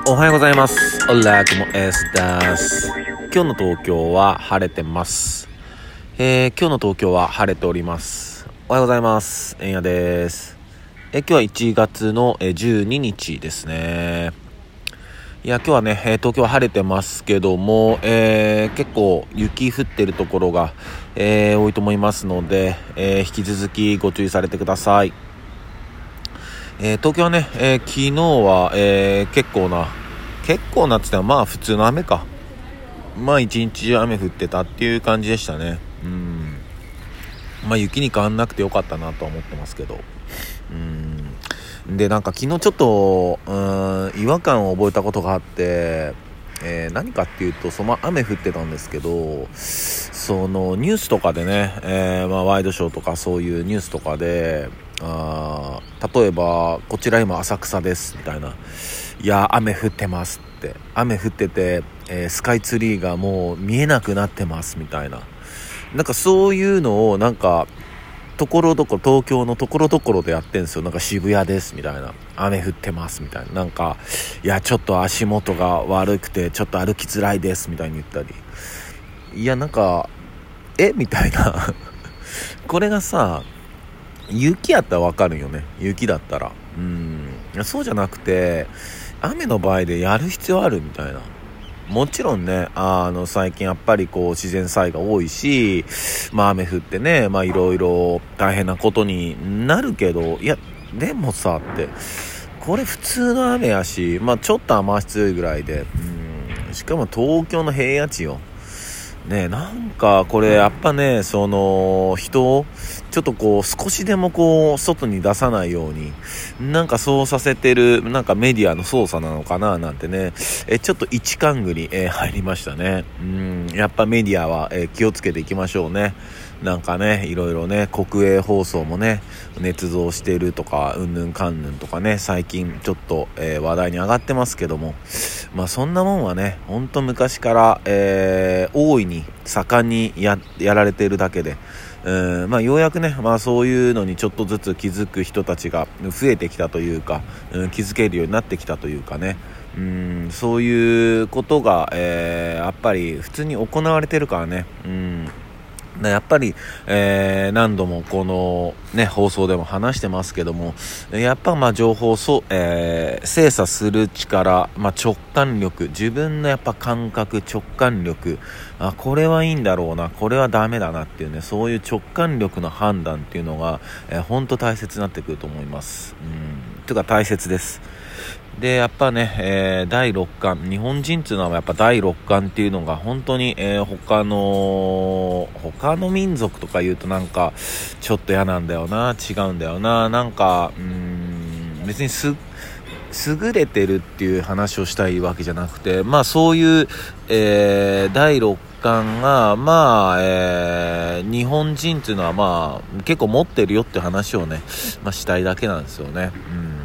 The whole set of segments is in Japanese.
おはようございます。オラクモエスタス。今日の東京は晴れてます。今日の東京は晴れております。おはようございます。えんやです。今日は1月の12日ですね。いや今日はね、東京は晴れてますけども、結構雪降ってるところが、多いと思いますので、引き続きご注意されてください。東京はね、昨日は、結構なって言ったらまあ普通の雨か。まあ一日中雨降ってたっていう感じでしたね。まあ雪に変わんなくてよかったなとは思ってますけど。でなんか昨日ちょっと違和感を覚えたことがあって、何かっていうと雨降ってたんですけど、そのニュースとかでね、ワイドショーとかそういうニュースとかで例えばこちら今浅草ですみたいな、いや雨降ってますって、雨降ってて、スカイツリーがもう見えなくなってますみたいな、なんかそういうのをなんか東京のところどころでやってんですよ。なんか渋谷ですみたいな、雨降ってますみたいな、なんかいやちょっと足元が悪くてちょっと歩きづらいですみたいに言ったり、いやなんかみたいなこれがさ雪やったらわかるよね。雪だったらそうじゃなくて雨の場合でやる必要あるみたいな。もちろんね、最近やっぱりこう自然災害多いし、雨降ってね、いろいろ大変なことになるけど、いやでもさってこれ普通の雨やし、ちょっと雨足強いぐらいで、しかも東京の平野地よね。なんかこれやっぱね、その人をちょっとこう少しでもこう外に出さないようになんかそうさせてる、なんかメディアの操作なのかななんてね、ちょっと一勘繰り、入りましたね。やっぱメディアは、気をつけていきましょうね。なんかね、いろいろね、国営放送もね捏造してるとかうんぬんかんぬんとかね、最近ちょっと、話題に上がってますけども、そんなもんはねほんと昔から、大いに盛んにやられているだけで、ようやくね、そういうのにちょっとずつ気づく人たちが増えてきたというか、気づけるようになってきたというかね、そういうことが、やっぱり普通に行われてるからね。やっぱり、何度もこのね放送でも話してますけども、やっぱ情報を精査する力、直感力、自分のやっぱ感覚、直感力、これはいいんだろうな、これはダメだなっていうね、そういう直感力の判断っていうのが、本当大切になってくると思います。というか大切です。でやっぱね、第六感、日本人っていうのはやっぱ第六感っていうのが本当に、他の民族とか言うとなんかちょっと嫌なんだよな、違うんだよな、なんか別に優れてるっていう話をしたいわけじゃなくて、そういう、第六感が日本人っていうのは結構持ってるよって話をね、したいだけなんですよね。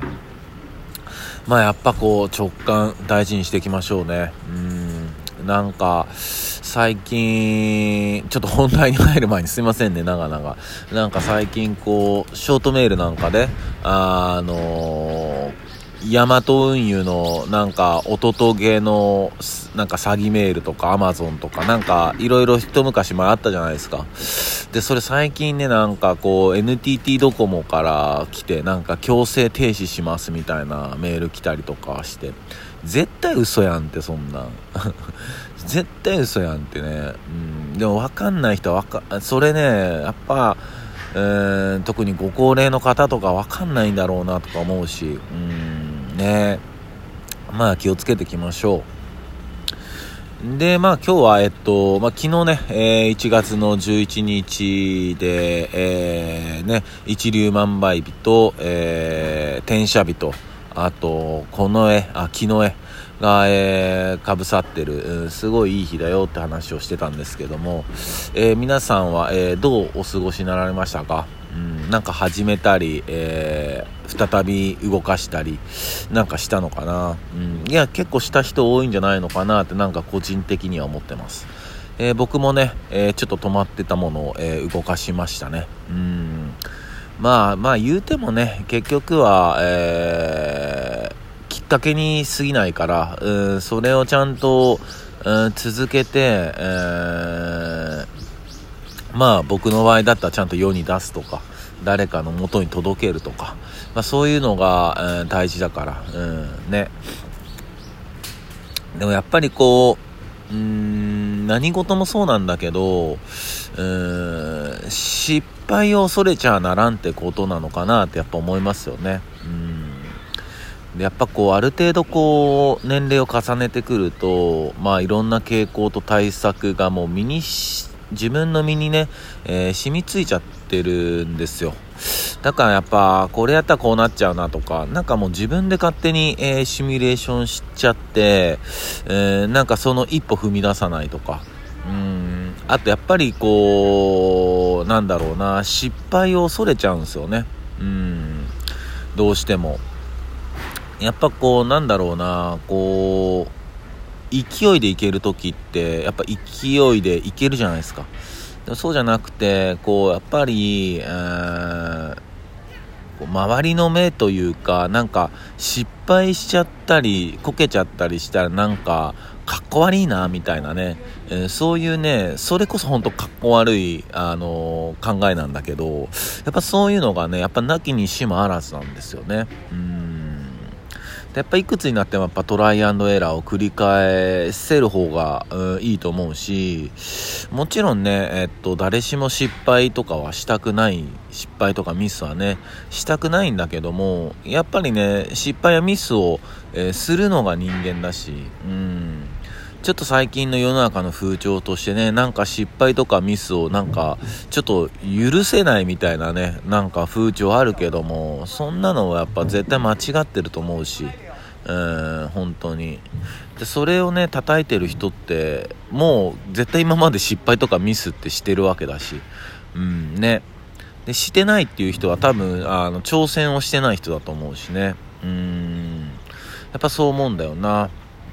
やっぱこう直感大事にしていきましょうね。なんか最近ちょっと本題に入る前にすいませんね、長々。なんか最近こうショートメールなんかでヤマト運輸のなんか音とげのなんか詐欺メールとかアマゾンとかなんかいろいろ一昔前あったじゃないですか。でそれ最近ね、なんかこう NTT ドコモから来てなんか強制停止しますみたいなメール来たりとかして、絶対嘘やんって、そんなん絶対嘘やんってね。でも分かんない人はそれね、やっぱ特にご高齢の方とか分かんないんだろうなとか思うし、ね、気をつけていきましょう。で今日は昨日ね、1月の11日で、一粒万倍日と、転写日と、あと木の絵が、かぶさってる、すごいいい日だよって話をしてたんですけども、皆さんは、どうお過ごしになられましたか？なんか始めたり、再び動かしたりなんかしたのかな。いや結構した人多いんじゃないのかなってなんか個人的には思ってます。僕もね、ちょっと止まってたものを、動かしましたね。言うてもね結局は、きっかかけに過ぎないから、それをちゃんと、続けて、まあ僕の場合だったらちゃんと世に出すとか、誰かの元に届けるとか、まあそういうのが、大事だから、ね。でもやっぱりこう、何事もそうなんだけど、失敗を恐れちゃならんってことなのかなってやっぱ思いますよね。でやっぱこうある程度こう年齢を重ねてくると、まあいろんな傾向と対策がもう自分の身にね、染みついちゃってるんですよ。だからやっぱこれやったらこうなっちゃうなとか、なんかもう自分で勝手に、シミュレーションしちゃって、なんかその一歩踏み出さないとか、あとやっぱりこうなんだろうな、失敗を恐れちゃうんですよね。どうしてもやっぱこうなんだろうな、こう勢いでいける時ってやっぱ勢いでいけるじゃないですか。でもそうじゃなくて、こうやっぱり、周りの目というか、なんか失敗しちゃったりこけちゃったりしたらなんかかっこ悪いなみたいなね、そういうね、それこそ本当かっこ悪い、考えなんだけど、やっぱそういうのがね、やっぱなきにしもあらずなんですよね。やっぱいくつになってもやっぱトライアンドエラーを繰り返せる方が、いいと思うし、もちろんね、誰しも失敗とかはしたくない、失敗とかミスはねしたくないんだけども、やっぱりね失敗やミスを、するのが人間だし、ちょっと最近の世の中の風潮としてね、なんか失敗とかミスをなんかちょっと許せないみたいなね、なんか風潮あるけども、そんなのはやっぱ絶対間違ってると思うし、本当に。でそれをね叩いてる人ってもう絶対今まで失敗とかミスってしてるわけだし、ね。でしてないっていう人は多分挑戦をしてない人だと思うしね。やっぱそう思うんだよな。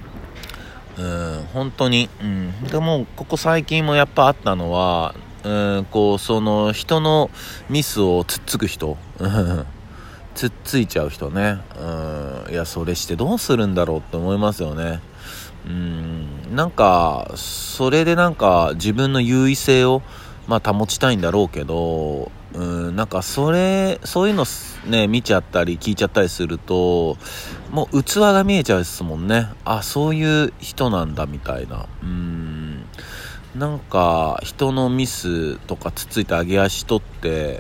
本当に。でもここ最近もやっぱあったのは、こうその人のミスをつっつく人つっついちゃう人ね。いやそれしてどうするんだろうって思いますよね。なんかそれでなんか自分の優位性を保ちたいんだろうけど、なんかそういうのね見ちゃったり聞いちゃったりすると、もう器が見えちゃうですもんね。あ、そういう人なんだみたいな。なんか人のミスとかつっついて上げ足取って、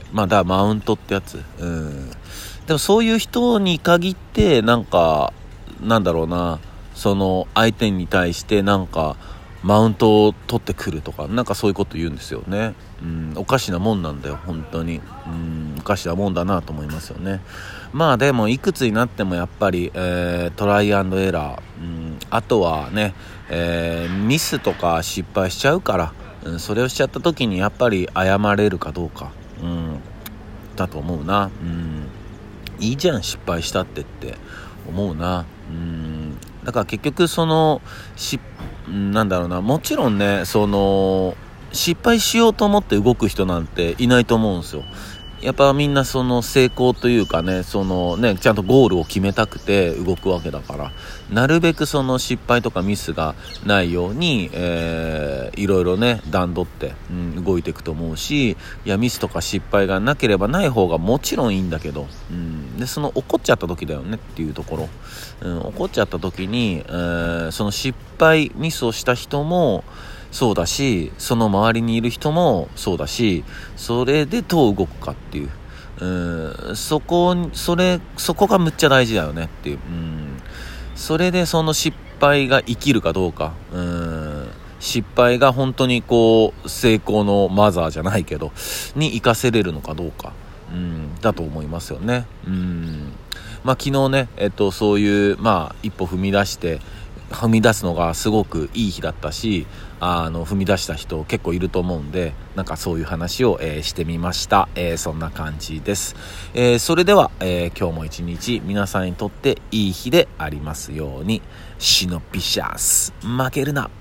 だからマウントってやつ。でもそういう人に限ってなんかなんだろうな、その相手に対してなんかマウントを取ってくるとか、なんかそういうこと言うんですよね。おかしなもんなんだよ本当に。おかしなもんだなと思いますよね。でもいくつになってもやっぱり、トライアンドエラー、あとはね、ミスとか失敗しちゃうから、それをしちゃった時にやっぱり謝れるかどうか、だと思うな。いいじゃん失敗したって思うな。だから結局そのなんだろうな、もちろんねその失敗しようと思って動く人なんていないと思うんですよ。やっぱみんなその成功というかね、そのねちゃんとゴールを決めたくて動くわけだから、なるべくその失敗とかミスがないように、いろいろね段取って、動いていくと思うし、いやミスとか失敗がなければない方がもちろんいいんだけど、でその怒っちゃった時だよねっていうところ、怒っちゃった時に、その失敗ミスをした人もそうだし、その周りにいる人もそうだし、それでどう動くかっていう、そこがむっちゃ大事だよねっていう、それでその失敗が生きるかどうか、失敗が本当にこう成功のマザーじゃないけどに生かせれるのかどうか、だと思いますよね。昨日ねそういう一歩踏み出すのがすごくいい日だったし、踏み出した人結構いると思うんで、なんかそういう話を、してみました。そんな感じです。それでは、今日も一日皆さんにとっていい日でありますように。シノピシャス負けるな。